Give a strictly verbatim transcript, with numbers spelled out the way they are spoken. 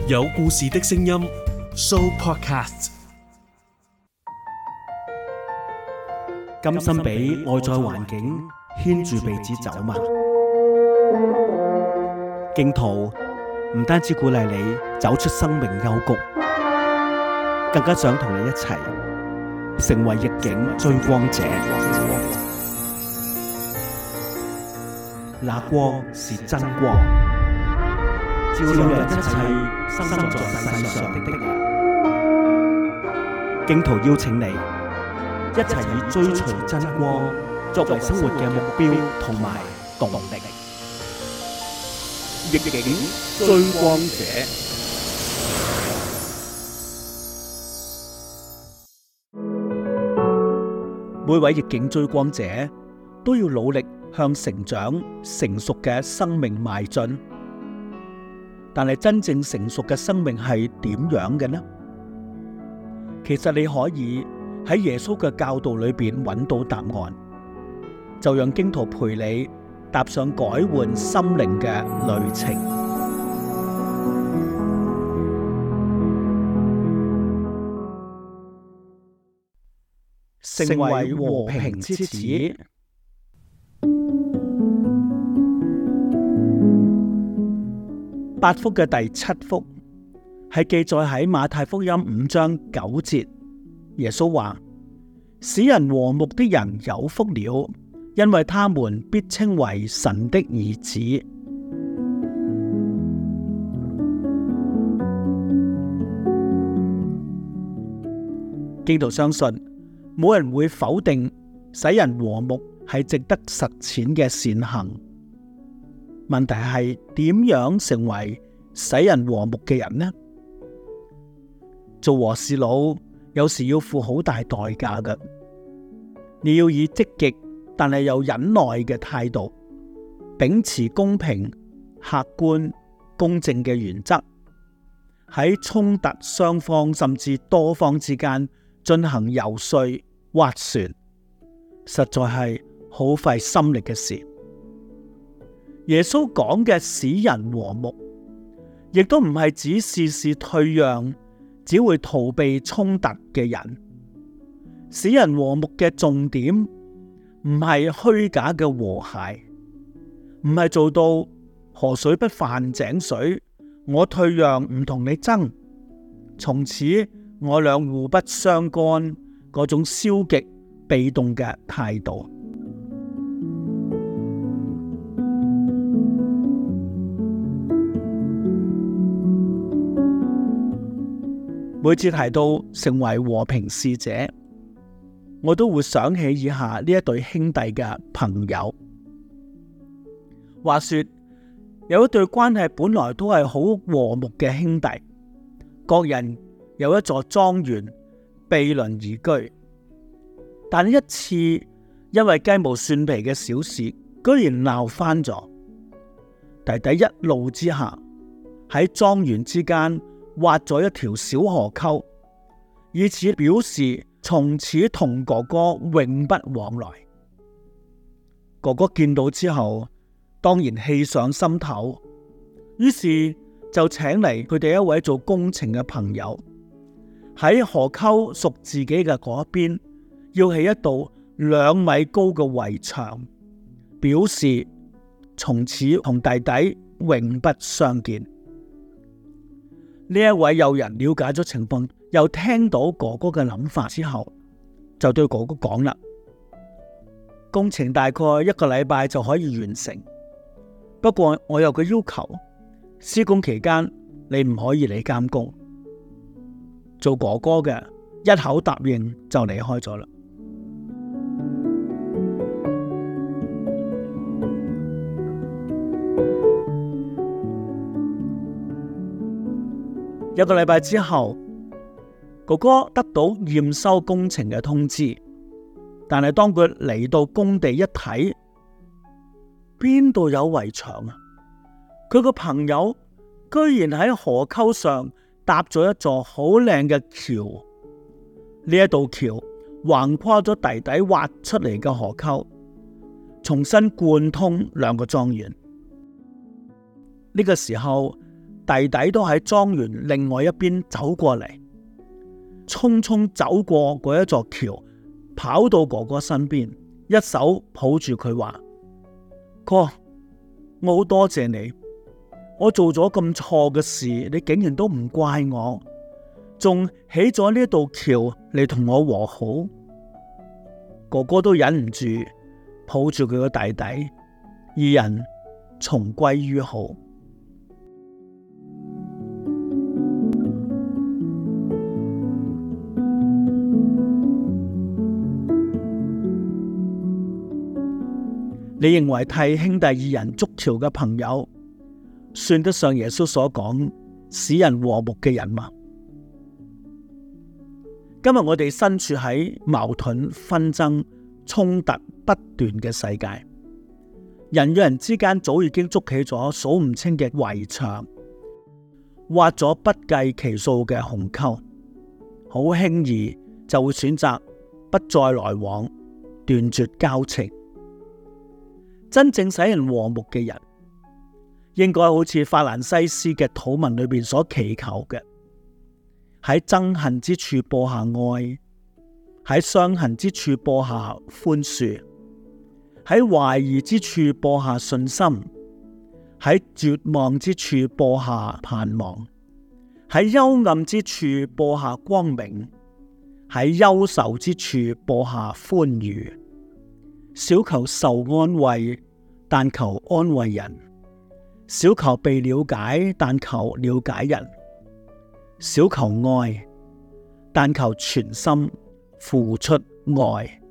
有故事的聲音 Show Podcast。甘心俾外在環境牽住鼻子走嘛？荊徒唔單止鼓勵你走出生命幽谷，更加想同你一齊成為逆境追光者。那光是真光，照亮一切生在世上的人。荊徒邀請你一齊以追隨真光作為生活嘅目標同埋動力。逆境追光者，每位逆境追光者都要努力向成長成熟嘅生命邁進。但係真正成熟嘅生命係點樣嘅呢？其實你可以喺耶穌嘅教導裏邊揾到答案，就讓荊徒陪你踏上改換心靈嘅旅程，成為和平之子。八福嘅第七福係記載喺馬太福音五章九節，耶穌話：使人和睦的人有福了，因為他們必稱為神的兒子。荊徒相信，冇人會否定使人和睦係值得實踐嘅善行。問題係點樣成為使人和睦嘅人呢？做和事佬有時要付好大代價㗎，你要以積極但係又忍耐嘅態度，秉持公平、客觀、公正嘅原則，喺衝突雙方甚至多方之間進行游說、斡旋，實在係好費心力嘅事。耶穌講嘅使人和睦，亦都唔係指事事退讓，只會逃避衝突嘅人。使人和睦嘅重點唔係虛假嘅和諧，唔係做到河水不犯井水，我退讓唔同你爭，從此我倆互不相干嗰種消極被動嘅態度。每次提到成為和平使者，我都會想起以下呢一對兄弟嘅朋友。話說有一對關係本來都係好和睦嘅兄弟，各人有一座莊園，毗鄰而居。但一次因為雞毛蒜皮嘅小事，居然鬧翻咗。弟弟一怒之下喺莊園之間挖咗一條小河溝，以此表示從此同哥哥永不往來。哥哥見到之後，當然氣上心頭，於是就請嚟佢哋一位做工程嘅朋友，喺河溝屬自己嘅嗰一邊，要起一道兩米高嘅圍牆，表示從此同弟弟永不相見。呢一位友人了解咗情況，又聽到哥哥嘅諗法之後，就對哥哥講啦：工程大概一個禮拜就可以完成，不過我有個要求，施工期間你唔可以嚟監工。做哥哥嘅一口答應就離開咗啦。一個禮拜之後，哥哥得到驗收工程嘅通知，但係當佢嚟到工地一睇，邊度有圍牆啊？佢個朋友居然喺河溝上搭咗一座好靚嘅橋，呢一道橋橫跨咗弟弟挖出嚟嘅河溝，重新貫通兩個莊園。呢個時候， 弟弟都喺莊園另外一邊走過嚟，匆匆走過嗰一座橋，跑到哥哥身邊，一手抱住佢話：哥，我好多謝你，我做咗咁錯嘅事，你竟然都唔怪我，仲起咗呢道橋嚟同我和好。哥哥都忍唔住抱住佢個弟弟，二人重歸於好。你認為替兄弟二人築橋嘅朋友，算得上耶穌所講使人和睦嘅人嗎？今日我哋身處喺矛盾、紛爭、衝突不斷嘅世界，人與人之間早已經築起咗數唔清嘅圍牆，挖咗不計其數嘅鴻溝，好輕易就會選擇不再來往，斷絕交情。真正使人和睦嘅人，應該好似法蘭西斯嘅禱文裏邊所祈求嘅，喺憎恨之處播下愛，喺傷痕之處播下寬恕，喺懷疑之處播下信心，喺絕望之處播下盼望，喺幽暗之處播下光明，喺憂愁之處播下歡愉。少求受安慰，但求安慰人；少求被了解，但求了解人；少求愛，但求全心付出愛。